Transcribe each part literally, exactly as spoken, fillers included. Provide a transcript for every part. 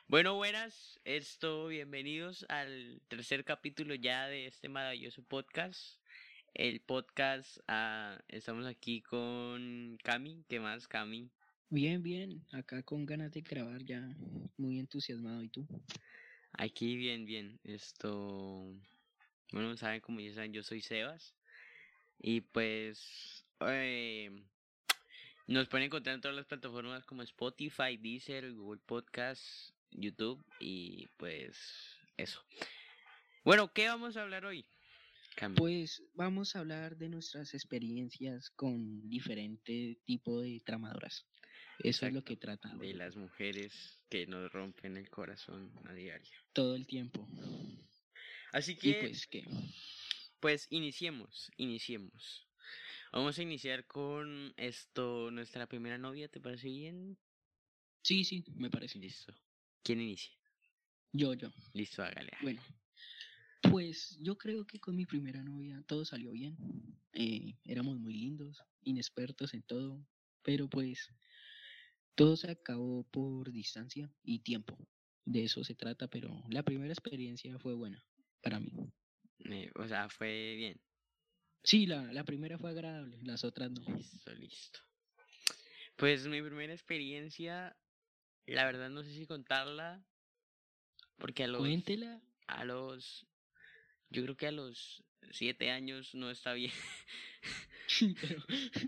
Bueno, buenas, esto, bienvenidos al tercer capítulo ya de este maravilloso podcast. El podcast, ah, estamos aquí con Cami. ¿Qué más, Cami? Bien, bien, acá con ganas de grabar ya, muy entusiasmado. ¿Y tú? Aquí bien, bien. Esto, bueno, saben como ya saben, yo soy Sebas. Y pues, eh, nos pueden encontrar en todas las plataformas como Spotify, Deezer, Google Podcast, YouTube y pues eso. Bueno, ¿qué vamos a hablar hoy, Cami? Pues vamos a hablar de nuestras experiencias con diferente tipo de tramadoras. Eso es lo Exacto, que trata de hoy, las mujeres que nos rompen el corazón a diario. todo el tiempo. Así Y que, pues, ¿qué? pues iniciemos, iniciemos. Vamos a iniciar con esto, nuestra primera novia, ¿te parece bien? Sí, sí, me parece. Listo. ¿Quién inicia? Yo, yo. Listo, hágale, Bueno, hágale. pues yo creo que con mi primera novia todo salió bien. Eh, éramos muy lindos, inexpertos en todo, pero pues todo se acabó por distancia y tiempo. De eso se trata, pero la primera experiencia fue buena para mí. Eh, o sea, fue bien. Sí, la, la primera fue agradable, las otras no. Listo, listo. Pues mi primera experiencia, la verdad no sé si contarla, porque a los, Cuéntela. a los, yo creo que a los siete años no está bien. Pero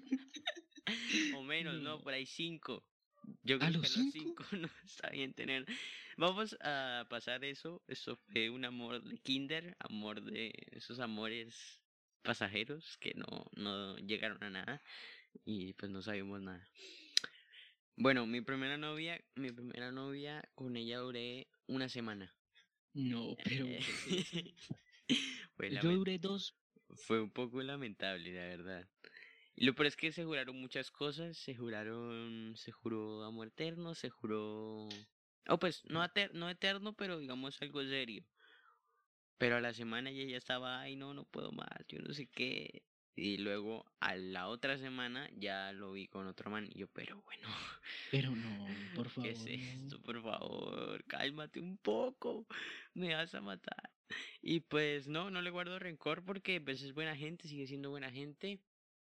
O menos, no, no. por ahí cinco. Yo ¿A creo que los a los cinco? cinco no está bien tener. Vamos a pasar eso. Eso fue un amor de kinder, amor de esos amores pasajeros que no, no llegaron a nada y pues no sabíamos nada. Bueno, mi primera novia, mi primera novia, con ella duré una semana. No, pero Eh, ¿qué es eso? fue, Yo lamen- duré dos. fue un poco lamentable, la verdad. Y lo peor es que se juraron muchas cosas, se juraron, se juró amor eterno, se juró... Oh, pues no, ater- no eterno, pero digamos algo serio. Pero a la semana ella ya estaba, ay no, no puedo más, yo no sé qué. Y luego a la otra semana ya lo vi con otro man y yo, pero bueno, Pero no, por ¿qué es favor, no. esto? Por favor, cálmate un poco, me vas a matar. Y pues no, no le guardo rencor porque pues es buena gente, sigue siendo buena gente.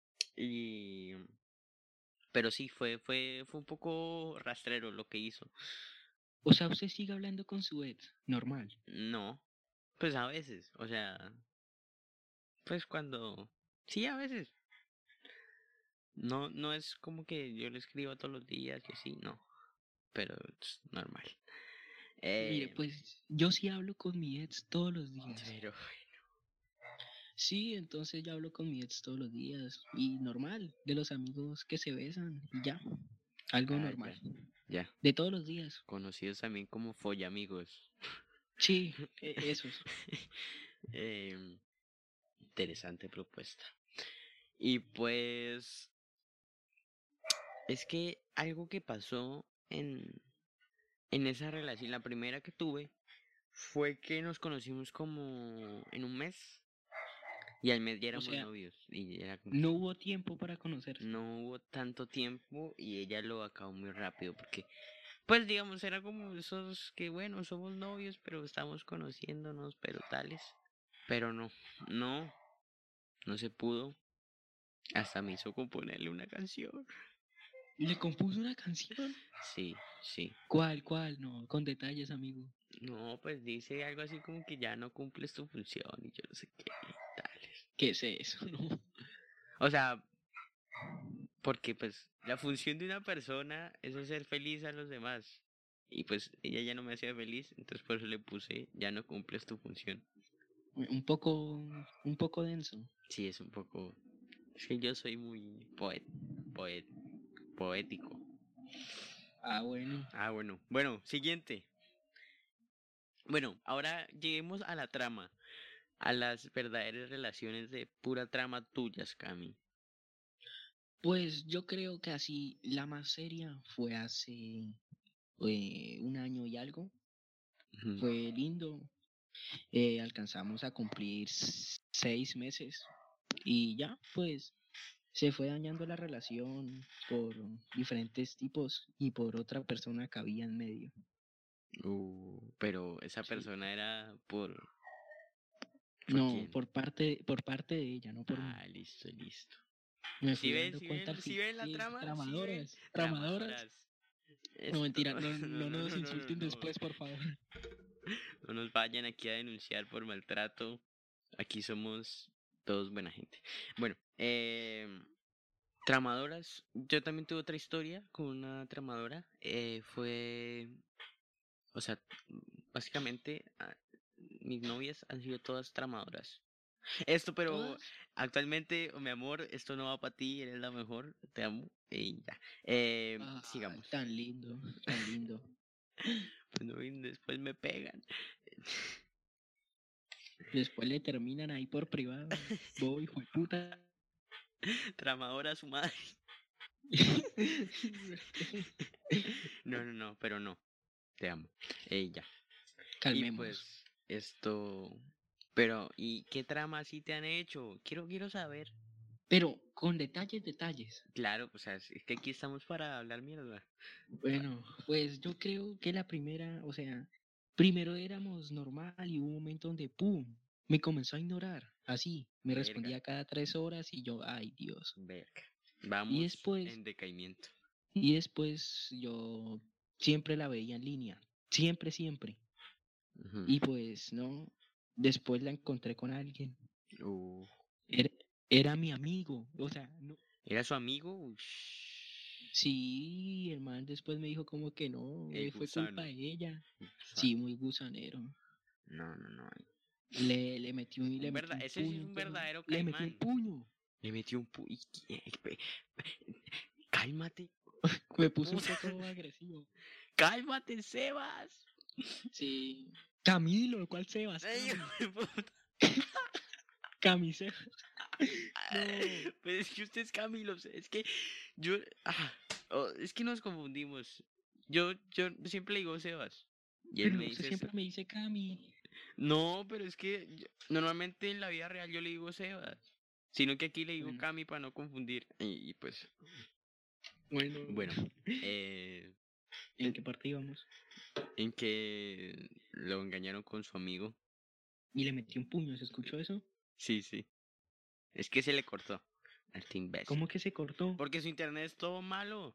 Y pero sí, fue, fue, fue un poco rastrero lo que hizo. O sea, usted sigue hablando con su ex, normal. No, pues a veces, o sea, pues cuando... Sí, a veces. No, no es como que yo le escribo todos los días y así, no, pero es normal. Mire, Eh, pues yo sí hablo con mi ex todos los días. pero, Sí, entonces yo hablo con mi ex todos los días. Y normal, de los amigos que se besan y ya. Algo ah, normal. ya, ya, De todos los días. conocidos también como follamigos. Sí, e- esos. Eh, interesante propuesta. Y pues, es que algo que pasó en, en esa relación, la primera que tuve, fue que nos conocimos como en un mes y al mes ya O éramos sea, novios y era como no que hubo tiempo para conocerse. no hubo tanto tiempo y ella lo acabó muy rápido porque pues digamos era como esos que bueno somos novios pero estamos conociéndonos pero tales pero no no no se pudo hasta me hizo componerle una canción. ¿Le compuso una canción? Sí, sí. ¿Cuál, cuál? No, con detalles, amigo. No, pues dice algo así como que ya no cumples tu función y yo no sé qué tales. ¿Qué es eso? No. O sea, porque pues la función de una persona es hacer feliz a los demás. Y pues ella ya no me hacía feliz, entonces por eso le puse, ya no cumples tu función. Un poco, un poco denso. Sí, es un poco... Es que yo soy muy poet, poet, poético. Ah, bueno. Ah, bueno. Bueno, siguiente. Bueno, ahora lleguemos a la trama, a las verdaderas relaciones de pura trama tuyas, Cami. Pues yo creo que así la más seria fue hace eh, un año y algo. Ujú. Fue lindo. Eh, alcanzamos a cumplir s- seis meses y ya, pues se fue dañando la relación por diferentes tipos y por otra persona que había en medio. Uh, pero esa Sí. persona era por... ¿Por No, quién? por parte, por parte de ella, no por mí. Ah, listo, listo. Me ¿Sí fui ven? dando ¿Sí cuenta ven? al ¿Sí fin. ven la Sí, trama? ¿Sí ven? tramadoras, tramadoras. Tramadoras. No, Esto... mentira, no, No, no no, nos no, no, no, insulten no. después, por favor. No nos vayan aquí a denunciar por maltrato. Aquí somos todos buena gente. Bueno, eh, tramadoras. Yo también tuve otra historia con una tramadora. Eh, fue, o sea, básicamente ah, mis novias han sido todas tramadoras. Esto, pero ¿Todas? actualmente, oh, mi amor, esto no va para ti, eres la mejor, te amo. Y ya. Eh, Ah, sigamos. tan lindo, tan lindo. Pues no, y después me pegan. Después le terminan ahí por privado. Voy, hijo de puta. Tramadora a su madre. No, no, no, pero no. Te amo. Eh, ya. Y Calmémonos. pues, esto. Pero, ¿y qué trama sí te han hecho? Quiero, quiero saber. Pero con detalles, detalles. Claro, o sea, es es que aquí estamos para hablar mierda. Bueno, pues yo creo que la primera, o sea, primero éramos normal y hubo un momento donde, ¡pum!, me comenzó a ignorar. Así, me Verga, respondía cada tres horas y yo, ay Dios. verga. Y Vamos después, en decaimiento. y después yo siempre la veía en línea. Siempre, siempre. Ujú. Y pues no, después la encontré con alguien. Uh, Era, era mi amigo. O sea, no. ¿Era su amigo? Ush, Sí, el man después me dijo como que no, el eh, fue culpa gusano. de ella. El Sí, gusano. muy gusanero. No, no, no. Le, le metió un, le Un metió verdad, un ese sí es puño, un pero verdadero le metió un caimán. puño. Le metió un pu... y- y- pe- Cálmate. Me puse un Jueputa. poco agresivo. Cálmate, Sebas. Sí. Camilo, ¿cuál Sebas? Ay, Cami. hijo de puta. Cami Sebas. No. Pues es que usted es Camilo, o sea, es que yo, ah, oh, es que nos confundimos. Yo, yo siempre le digo Sebas y él me Pero usted dice, siempre Se- me dice Cami. no, pero es que yo- normalmente en la vida real yo le digo Sebas, sino que aquí le digo Bueno, Cami para no confundir. Y, y pues, bueno. bueno, eh, ¿En qué parte íbamos? en que lo engañaron con su amigo. Y le metió un puño, ¿se escuchó eso? Sí, sí, es que se le cortó. Este imbécil. ¿Cómo que se cortó? Porque su internet es todo malo.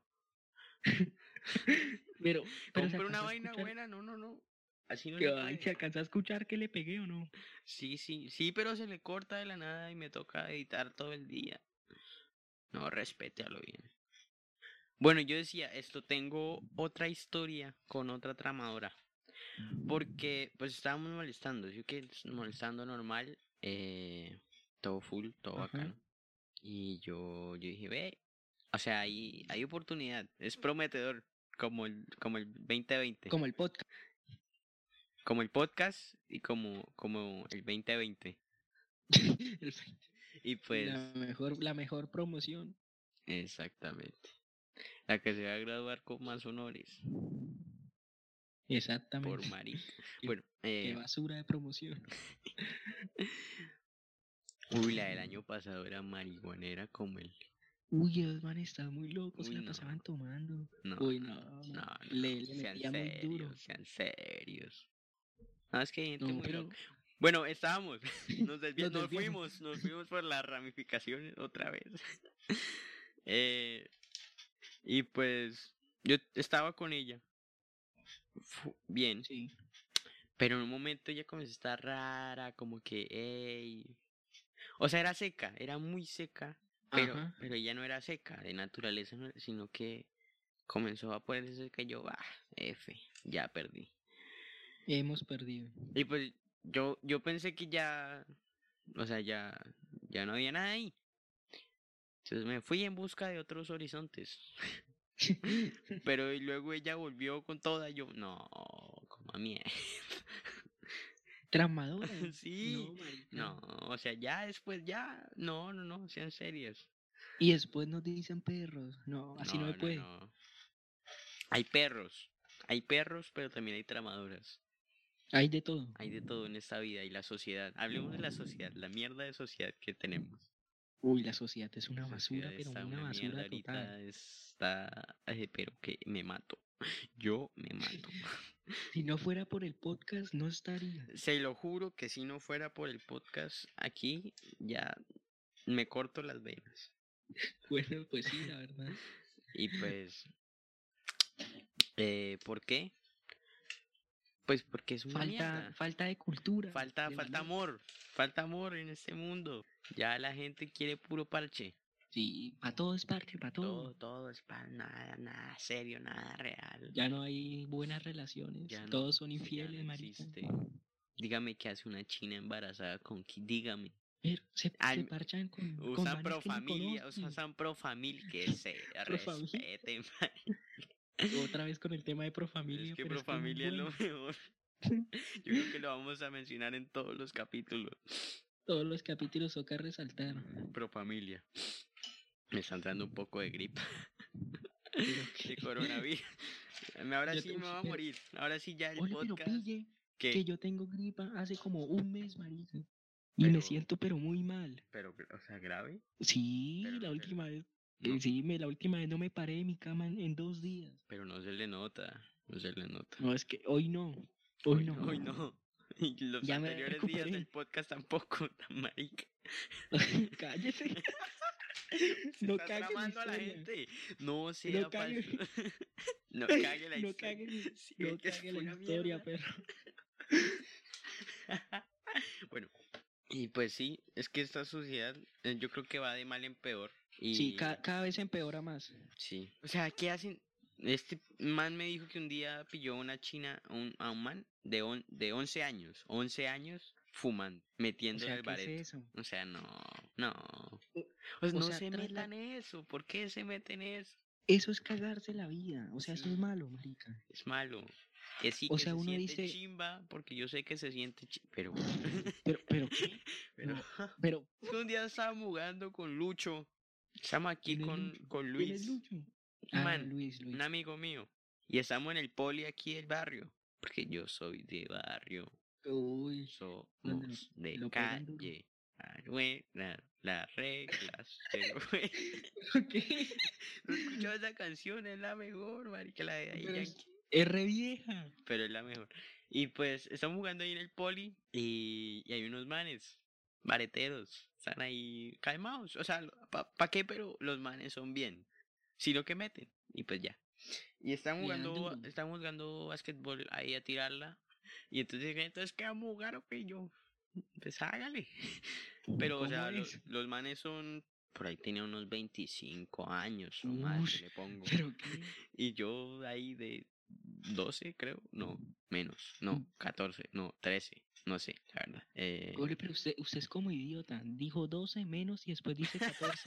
Pero, pero se Compra una alcanzó a vaina escuchar. buena, no, no, no. Así no Que, se ay, puede. se alcanzó a escuchar que le pegué o no. Sí, sí, sí, pero se le corta de la nada y me toca editar todo el día. No, respétalo bien. Bueno, yo decía, esto tengo otra historia con otra tramadora. Porque pues estábamos molestando, yo que molestando normal, eh, todo full, todo Ajá. bacano. Y yo, yo dije, ve, o sea, hay, hay oportunidad, es prometedor, como el, como el veinte veinte, Como el podcast. como el podcast y como, como el veinte veinte. El- Y La pues, mejor, la mejor promoción. exactamente. La que se va a graduar con más honores por Exactamente. marica. Qué, Bueno, qué eh, basura de promoción. uy, la del año pasado era marihuanera como el. Uy, esos manes estaban muy locos, se Uy, la no, pasaban tomando. no, Uy, no, no, no, no. Le, no. le Sean metía muy duro. serios, sean serios. No, es que hay gente No, muy pero loca. Bueno, estábamos, nos desvia- nos nos desviamos. fuimos, nos fuimos por las ramificaciones otra vez. Eh, y pues yo estaba con ella. Fu- bien, Sí. pero en un momento ella comenzó a estar rara, como que, ey. O sea, era seca, era muy seca, pero, Ajá. pero ella no era seca de naturaleza, no- sino que comenzó a ponerse seca y yo, ah, F, ya perdí. Hemos perdido. Y pues yo, yo pensé que ya, o sea, ya, ya no había nada ahí. Entonces me fui en busca de otros horizontes. Pero y luego ella volvió con toda y yo, no, como a mí. Tramadora. Sí, No, marica. no, o sea, ya después, ya, no, no, no, sean serios. Y después nos dicen perros. No, así no No, me no, puede. no. Hay perros, hay perros, pero también hay tramadoras. Hay de todo. Hay de todo en esta vida y la sociedad. Hablemos de la sociedad, la mierda de sociedad que tenemos. Uy, la sociedad es La una sociedad basura, pero está una una mierda basura total. ahorita, está, eh, pero que me mato. Yo me mato. Si no fuera por el podcast, no estaría. Se lo juro que si no fuera por el podcast aquí, ya me corto las venas. Bueno, pues sí, la verdad. Y pues, eh, ¿por qué? Pues porque es una Falta, mierda. falta de cultura. Falta, de falta valor. amor. Falta amor en este mundo. Ya la gente quiere puro parche. Sí, para todo es parte, para todo. Todo, todo es para nada, nada serio, nada real. Ya no hay buenas relaciones. Ya no, Todos son ya no infieles, marica. existe. Dígame qué hace una china embarazada con qui- dígame. Pero se, se Al- parchan con, con Usan manes pro que ni familia, conocen. usan pro familia, que se Profamilia. respeten. Otra vez con el tema de Profamilia. Es que pero pro es que es muy familia es lo bueno. mejor. Yo creo que lo vamos a mencionar en todos los capítulos. Todos los capítulos toca resaltar. Pro familia. Me está entrando un poco de gripa. Pero De que- coronavirus. Ahora Yo sí te- me voy a pero- morir. Ahora sí ya el Oye, pero podcast. pille ¿Qué? que yo tengo gripa hace como un mes, marica. Y me Pero- siento pero muy mal. Pero, o sea, grave. Sí, Pero- la pero- última vez. no. eh, sí, me, la última vez no me paré de mi cama en, en dos días. Pero no se le nota. No se le nota. No, es que hoy no. Hoy, no. Hoy no. Y los Ya me anteriores días recuperé. del podcast tampoco, tan marica. Cállese. Se No está cague mi tramando a la historia. gente. No sea No cague. falso. No cague la No historia. cague, mi- Sí, no que cague fue la una historia, mierda. perro. Bueno, y pues sí, es que esta sociedad eh, yo creo que va de mal en peor. Y Sí, ca- cada vez empeora más. sí. O sea, ¿qué hacen? Este man me dijo que un día pilló a una china, a un, a un man de, on- de once años, once años fumando, O metiéndole sea, el ¿qué es bareto. eso? O sea, no, no. O- Pues o no sea, se tras la- metan en eso. ¿Por qué se meten en eso? Eso es cagarse la vida. O sea, eso Sí. es malo, marica. Es malo. Que sí, O que sea, se uno siente dice- chimba, porque yo sé que se siente chi- pero... Pero, pero, ¿qué? pero... No, pero, Es que un día estábamos jugando con Lucho. Estamos aquí ¿quién es con, Lucho? con ¿Quién es Luis, Lucho? un Ah, man, Luis, Luis. un amigo mío. Y estamos en el poli aquí del barrio. Porque yo soy de barrio. Uy, Somos Donde lo- de lo pegan duro. calle. Buenas las reglas del juego. ¿Pero qué? No he escuchado esa canción, es la mejor, marica, la de Daddy Pero es, Yankee. es re vieja. Pero es la mejor. Y pues estamos jugando ahí en el poli y, y hay unos manes, bareteros, están ahí calmados. O sea, ¿para pa qué? Pero los manes son bien. Si lo que meten. Y pues ya. Y están Le dan jugando, duro. están jugando basquetbol ahí a tirarla. Y entonces dije, entonces, ¿qué vamos a jugar o qué? Yo, pues hágale. Pero, o ¿Cómo sea, lo- es? los manes son, por ahí tenía unos veinticinco años o más, Ush, le pongo. ¿Pero qué? Y yo ahí de doce, creo, no, menos, no, Mm. catorce, no, trece, no sé, la verdad. Eh, Ole, pero usted, usted es como idiota. Dijo doce menos y después dice catorce.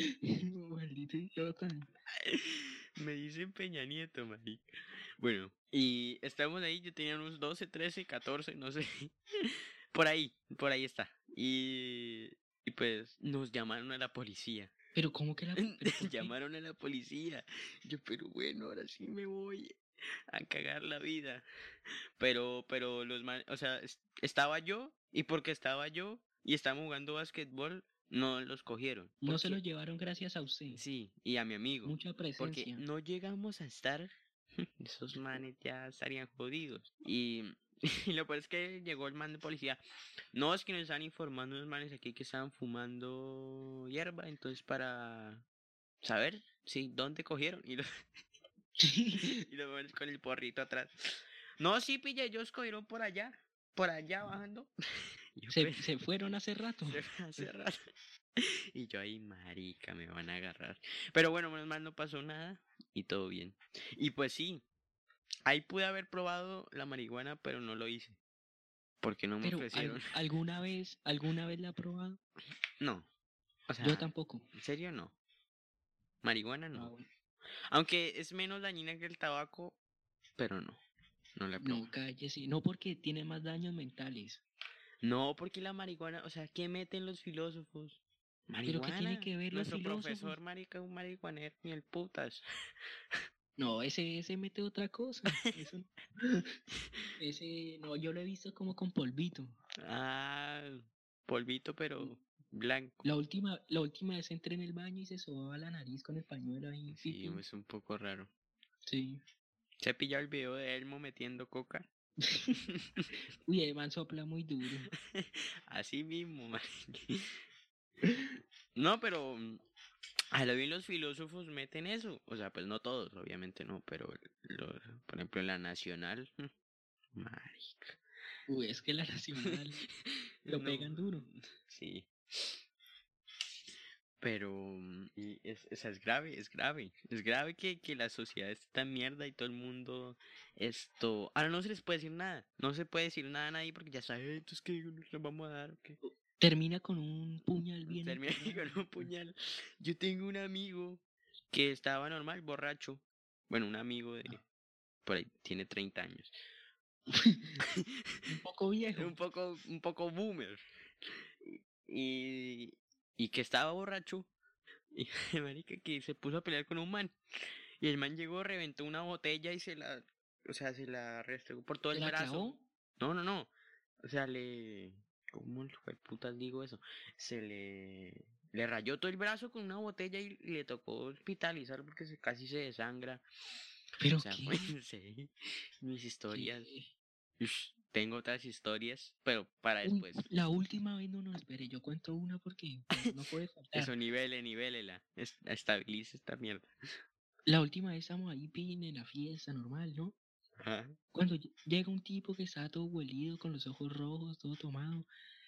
Maldito idiota. me dicen Peña Nieto, marica. Bueno, y estamos ahí, yo tenía unos doce, trece, catorce, no sé. Por ahí, por ahí está. Y, y pues nos llamaron a la policía. Pero ¿cómo que la... pero por qué? Llamaron a la policía. Yo, pero bueno, ahora sí me voy a cagar la vida. Pero, pero los man, o sea, es- estaba yo, y porque estaba yo y estábamos jugando basquetbol, no los cogieron. No se Porque- lo llevaron gracias a usted. Sí, y a mi amigo. Mucha Porque presencia. no llegamos a estar, esos manes ya estarían jodidos. Y, y lo peor es que llegó el man de policía. No, es que nos están informando unos manes aquí que estaban fumando hierba, entonces para saber, sí, dónde cogieron. Y los, y los manes con el porrito atrás. No, sí, pilla, ellos cogieron por allá, por allá bajando. Y yo, se, pues, se fueron hace rato. se fue hace rato. Y yo ahí, marica, me van a agarrar. Pero bueno, menos mal no pasó nada y todo bien. Y pues sí, ahí pude haber probado la marihuana, pero no lo hice. Porque no me Pero, ¿al- ofrecieron. ¿alguna vez, alguna vez la ha probado? No. O sea, Yo tampoco. en serio no. Marihuana Ah, no. bueno. Aunque es menos dañina que el tabaco, pero no. No la he probado. No, cállese. No, porque tiene más daños mentales. No, porque la marihuana, o sea, ¿qué meten los filósofos? ¿Pero qué tiene Marihuana. que ver los Nuestro filósofos? profesor, marica, es un marihuanero, ni el putas. No, ese, ese mete otra cosa. Eso no- ese, no, yo lo he visto como con polvito. Ah, polvito, pero blanco. La última, la última vez entré en el baño y se sobaba la nariz con el pañuelo ahí. Sí, pipí. es un poco raro. Sí. ¿Se ha pillado el video de Elmo metiendo coca? Uy, el man sopla muy duro. Así mismo, marica. No, pero mm, a lo bien los filósofos meten eso. O sea, pues no todos, obviamente no, pero los, por ejemplo en la Nacional, marica. Uy, es que la nacional lo No, pegan duro. sí. Pero mm, y es, o sea, es grave, es grave. Es grave que, que la sociedad esté tan mierda y todo el mundo esto. Ahora no se les puede decir nada. No se puede decir nada a nadie porque ya saben, entonces que nos la vamos a dar, ¿o qué? Termina con un puñal bien Termina enterrado. con un puñal. Yo tengo un amigo que estaba normal, borracho. Bueno, un amigo de por ahí, tiene treinta años. Un poco viejo. Un poco, un poco boomer. Y, y que estaba borracho. Y marica que se puso a pelear con un man. Y el man llegó, reventó una botella y se la, o sea, se la restregó por todo ¿Se el la brazo. clavó? No, no, no. O sea, le, ¿cómo el putas digo eso? Se le, le rayó todo el brazo con una botella y le tocó hospitalizar porque se, casi se desangra. ¿Pero O sea, qué? pues, sí, mis historias. ¿Qué? Ush, tengo otras historias, pero para Uy, después. la última vez no, no, espere, yo cuento una porque pues, no puede faltar. Eso, nivele, nivélela. Es- Estabilice esta mierda. La última vez estamos ahí, pin, en la fiesta normal, ¿no? Ajá. Cuando ll- llega un tipo que está todo huelido, con los ojos rojos, todo tomado,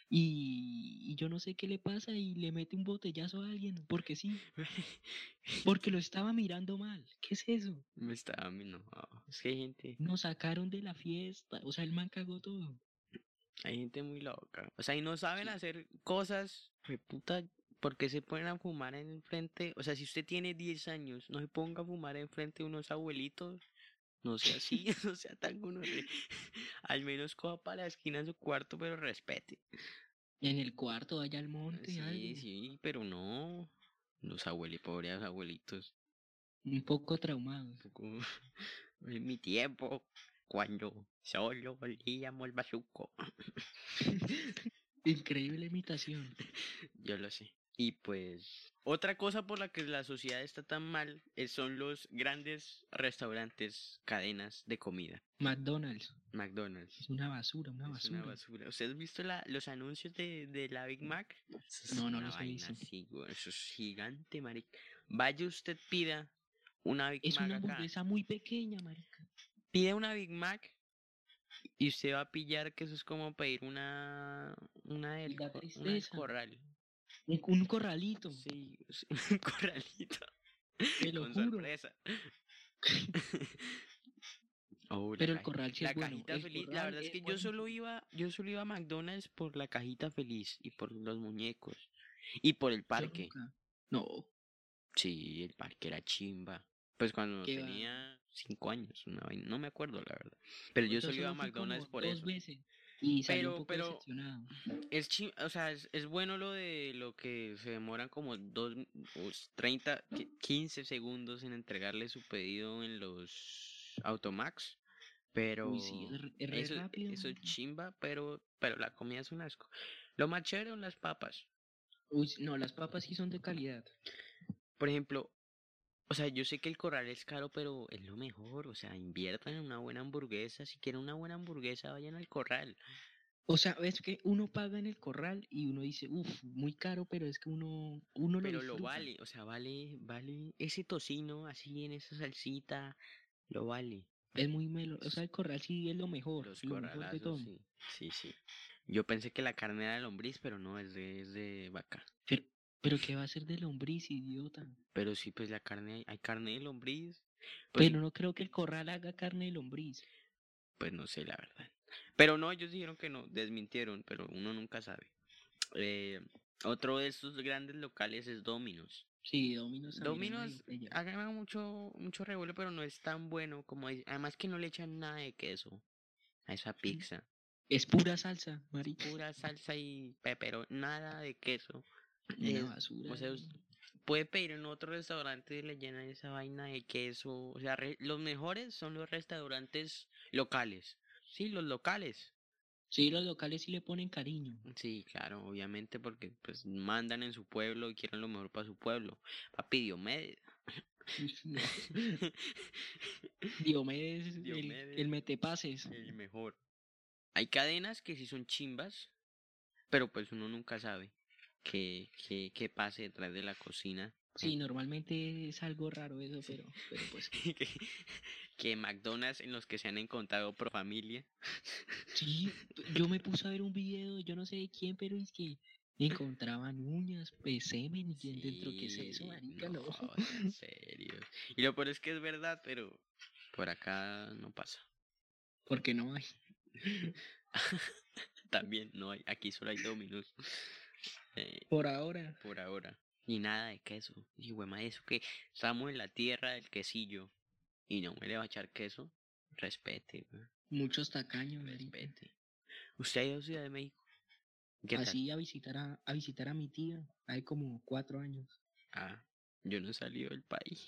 y, y yo no sé qué le pasa y le mete un botellazo a alguien, porque sí, porque lo estaba mirando mal. ¿Qué es eso? Me está, no, es que hay gente, Nos sacaron de la fiesta, o sea, el man cagó todo. hay gente muy loca. O sea, y no saben Sí. hacer cosas, puta, ¿por qué se ponen a fumar en frente? O sea, si usted tiene diez años, no se ponga a fumar en frente de unos abuelitos. No sea así, no sea tan gonorrea. Al menos coja para la esquina de su cuarto, pero respete. En el cuarto, allá al monte, Sí, algo. sí, pero no. Los abuelitos, pobres abuelitos. Un poco traumados. Un poco. En mi tiempo, cuando solo olíamos el bazuco. Increíble imitación. Yo lo sé. Y pues, otra cosa por la que la sociedad está tan mal es- son los grandes restaurantes, cadenas de comida. McDonald's. McDonald's. Es una basura, una Es una basura. basura. ¿Usted ha visto la, los anuncios de, de la Big Mac? Eso es No, no una los he vaina visto. así, güey. Eso es gigante, marica. Vaya usted, pida una Big Es Mac una acá. hamburguesa muy pequeña, marica. Pide una Big Mac y usted va a pillar que eso es como pedir una, una Y del, da co- una del tristeza. corral. Un, un corralito, Sí, sí, un corralito. te lo Con juro. sorpresa. Oh, la, Pero el caji- corral sí la es bueno. cajita El feliz. La corral verdad es es que yo solo buenísimo. iba, yo solo iba a McDonald's por la cajita feliz y por los muñecos y por el Yo parque. nunca. No, Sí, el parque era chimba. Pues cuando que va. tenía cinco años, una vaina, no me acuerdo la verdad. Pero yo Yo solo iba a solo fui como McDonald's por dos eso. veces y salí un Pero, poco pero decepcionado. es chi- o sea, es, es bueno lo de lo que se demoran como dos, o treinta, qui- quince segundos en entregarle su pedido en los Automax. Uy, sí, Pero es, re- es re eso, rápido. eso es chimba, pero, pero la comida es un asco. Lo más chévere son las papas. Uy, sí, no, las papas sí son de calidad. Por ejemplo, o sea, yo sé que el corral es caro, pero es lo mejor. O sea, inviertan en una buena hamburguesa. Si quieren una buena hamburguesa, vayan al corral. O sea, es que uno paga en el corral y uno dice, uff, muy caro, pero es que uno, uno lo Pero lo disfruta. vale, o sea, vale, vale ese tocino así en esa salsita, lo vale. Es muy melo. O sea, S- el corral sí es lo mejor, Los lo mejor de corralazos, todo. sí, sí, sí. Yo pensé que la carne era de lombriz, pero no, es de, es de vaca. Pero, pero ¿qué va a ser de lombriz, idiota? Pero sí, pues la carne, hay, hay carne de lombriz. Pues Pero sí, no creo que el corral haga carne de lombriz. pues no sé la verdad. Pero no, ellos dijeron que no, desmintieron, pero uno nunca sabe. Eh, Otro de estos grandes locales es Domino's. Sí, Domino's también es medio Domino's pella. hagan mucho, mucho revuelo, pero no es tan bueno como dice- además que no le echan nada de queso a esa pizza. Es pura salsa, Es marica. pura salsa y pepero, nada de queso. Una Es, basura. o sea, us- puede pedir en otro restaurante y le llenan esa vaina de queso. O sea, re- los mejores son los restaurantes locales. Sí, los locales. Sí, los locales sí le ponen cariño. Sí, claro, obviamente porque pues mandan en su pueblo y quieren lo mejor para su pueblo. Papi, Diomedes. No. Diomedes, el, Diomedes, el metepases. el mejor. Hay cadenas que sí son chimbas, pero pues uno nunca sabe qué, qué, qué pase detrás de la cocina. Sí, normalmente es algo raro eso, Sí. pero, pero pues que, que McDonald's en los que se han encontrado pro familia. sí, yo me puse a ver un video, yo no sé de quién, pero es que encontraban uñas, pues, semen y quién dentro, ¿qué es eso, Sí, marica? no, No, en serio. Y lo peor es que es verdad, pero por acá no pasa. porque no hay. También no hay, aquí solo hay Domino's. Eh, Por ahora, por ahora. Y nada de queso. Y güey, eso que estamos en la tierra del quesillo y no me le va a echar queso. Respete, güey, muchos tacaños, marica. respete. ¿Usted ha ido a Ciudad de México? ¿Qué tal? Así a visitar a, a visitar a mi tía, hay como cuatro años. Ah, yo no he salido del país.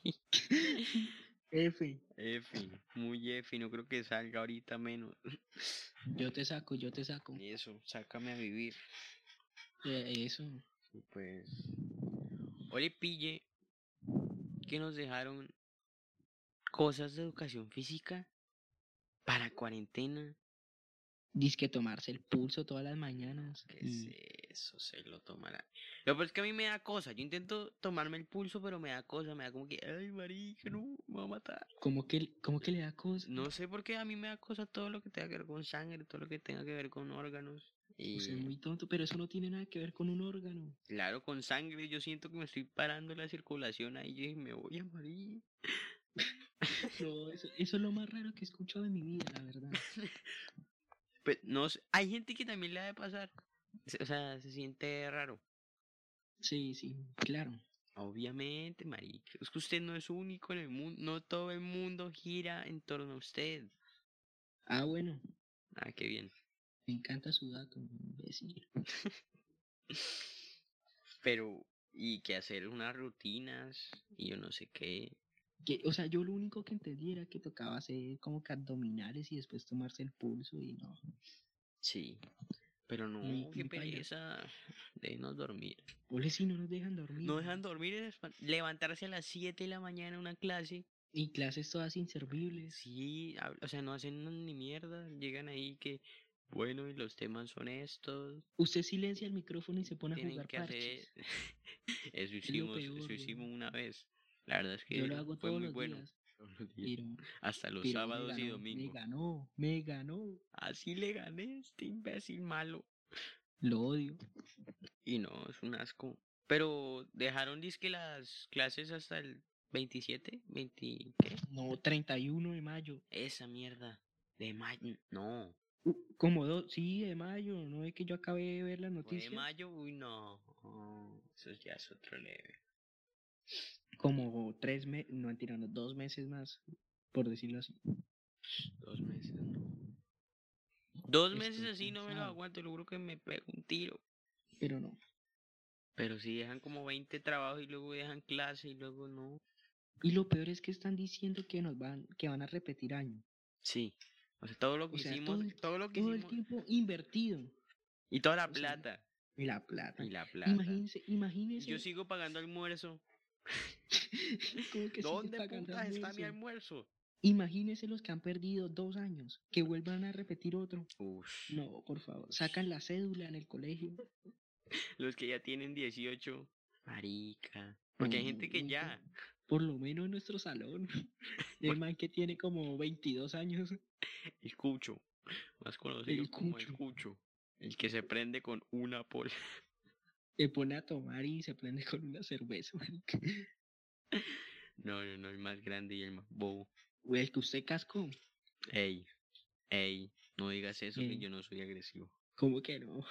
F, F, muy F, no creo que salga ahorita menos. yo te saco, yo te saco. Eso, sácame a vivir. Eh, eso, Y pues, ole pille que nos dejaron cosas de educación física para cuarentena. disque tomarse el pulso todas las mañanas. ¿Qué es Y eso? Se lo tomará. Lo peor es que a mí me da cosa. Yo intento tomarme el pulso, pero me da cosa. Me da como que, ay, marica, no, me va a matar. como que, como que le da cosa. No sé por qué a mí me da cosa todo lo que tenga que ver con sangre, todo lo que tenga que ver con órganos. Usted es Y muy tonto, pero eso no tiene nada que ver con un órgano. claro, con sangre yo siento que me estoy parando la circulación ahí y me voy a morir. No, eso, eso es lo más raro que he escuchado en mi vida, la verdad. Pues no sé, hay gente que también le ha de pasar. Se- O sea, se siente raro. Sí, sí, claro. Obviamente, marica. Es que usted no es único en el mundo. No todo el mundo gira en torno a usted. Ah, bueno, Ah, qué bien. me encanta su dato, imbécil. Pero, y que hacer unas rutinas y yo no sé qué. Que, o sea, yo lo único que entendí era que tocaba hacer como que abdominales y después tomarse el pulso y no. Sí. Pero Muy, no, qué muy paila. pereza. Déjenos dormir. Ole, si no nos dejan dormir. No dejan dormir y despa- levantarse a las siete de la mañana a una clase. Y clases todas inservibles. Sí, hab- o sea, no hacen ni mierda. Llegan ahí que, bueno, y los temas son estos. Usted silencia el micrófono y se pone a Tienen jugar que hacer. parches. Eso Es lo hicimos, peor, eso weón. hicimos una vez. La verdad es Yo que lo hago fue todos muy los bueno. días. Todos los días. Pero, Hasta los pero me sábados y ganó, me domingos. ganó, me ganó. Así le gané este imbécil malo. Lo odio. Y no, es un asco. Pero dejaron disque las clases hasta el veintisiete, veinte, ¿qué? No, treinta y uno de mayo. Esa mierda. De mayo. No. Uh, como dos, sí, de mayo. ¿No es que yo acabé de ver las Fue de noticias? mayo, uy no. Oh, eso ya es otro leve. Como tres meses, no mentira, no, dos meses más, por decirlo así. Dos meses, no. Dos meses Estoy así no me lo cansado, aguanto, lo juro que me pego un tiro. pero no. Pero si dejan como veinte trabajos y luego dejan clase y luego no. Y lo peor es que están diciendo que nos van, que van a repetir año. Sí. O sea, todo lo que O sea, hicimos, todo el, todo lo que todo el hicimos tiempo invertido. y toda la O sea, plata. y la plata. Y la plata. Imagínense, Y imagínense. yo sigo pagando almuerzo. ¿Cómo que sigue ¿Dónde pagando putas está mi almuerzo? almuerzo? Imagínense los que han perdido dos años, que vuelvan a repetir otro. Ush. No, por favor, sacan la cédula en el colegio. Los que ya tienen dieciocho. Marica. Porque hay gente que Uy, por, ya. por lo menos en nuestro salón. El man que tiene como veintidós años, El cucho. Más conocido el como el cucho, cucho. El que se prende con una pol. se pone a tomar y se prende con una cerveza, marica. No, no, no. El más grande y el más bobo. Güey, el que usted cascó. Ey. Ey. No digas eso que Eh, yo no soy agresivo. ¿Cómo que no?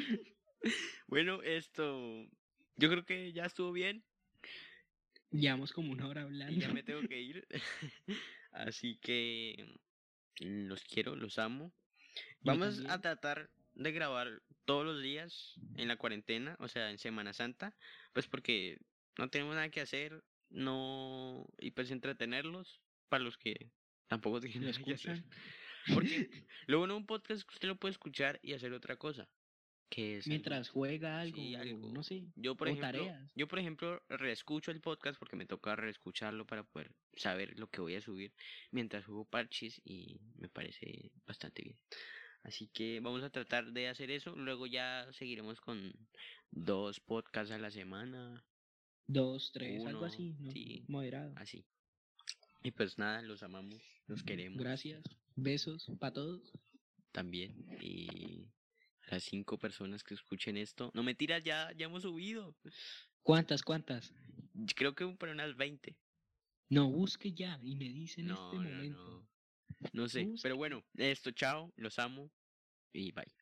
Bueno, esto. Yo creo que ya estuvo bien. Llevamos como una hora Y hablando. ya me tengo que ir. Así que mm, los quiero, los amo. Yo Vamos a también. tratar de grabar todos los días en la cuarentena, o sea, en Semana Santa, pues porque no tenemos nada que hacer, no, y pues entretenerlos para los que tampoco tienen ¿Lo nada que hacer. escuchan? Porque luego en un podcast usted lo puede escuchar y hacer otra cosa. ¿Qué es algo? Mientras juega algo, Sí, o algo. no sé, Yo, por o ejemplo, tareas. yo, por ejemplo, reescucho el podcast porque me toca reescucharlo para poder saber lo que voy a subir mientras juego parches y me parece bastante bien. Así que vamos a tratar de hacer eso. Luego ya seguiremos con dos podcasts a la semana, Dos, tres, algo uno, así, ¿no? sí, Moderado. así. Y pues nada, los amamos, los queremos Gracias. Besos para todos. también. Y las cinco personas que escuchen esto, no mentiras, ya, ya hemos subido. ¿Cuántas, cuántas? Creo que para unas veinte. No, busque ya y me dice en este No, no, momento. no. No sé. Busque. Pero bueno, esto, chao, los amo y bye.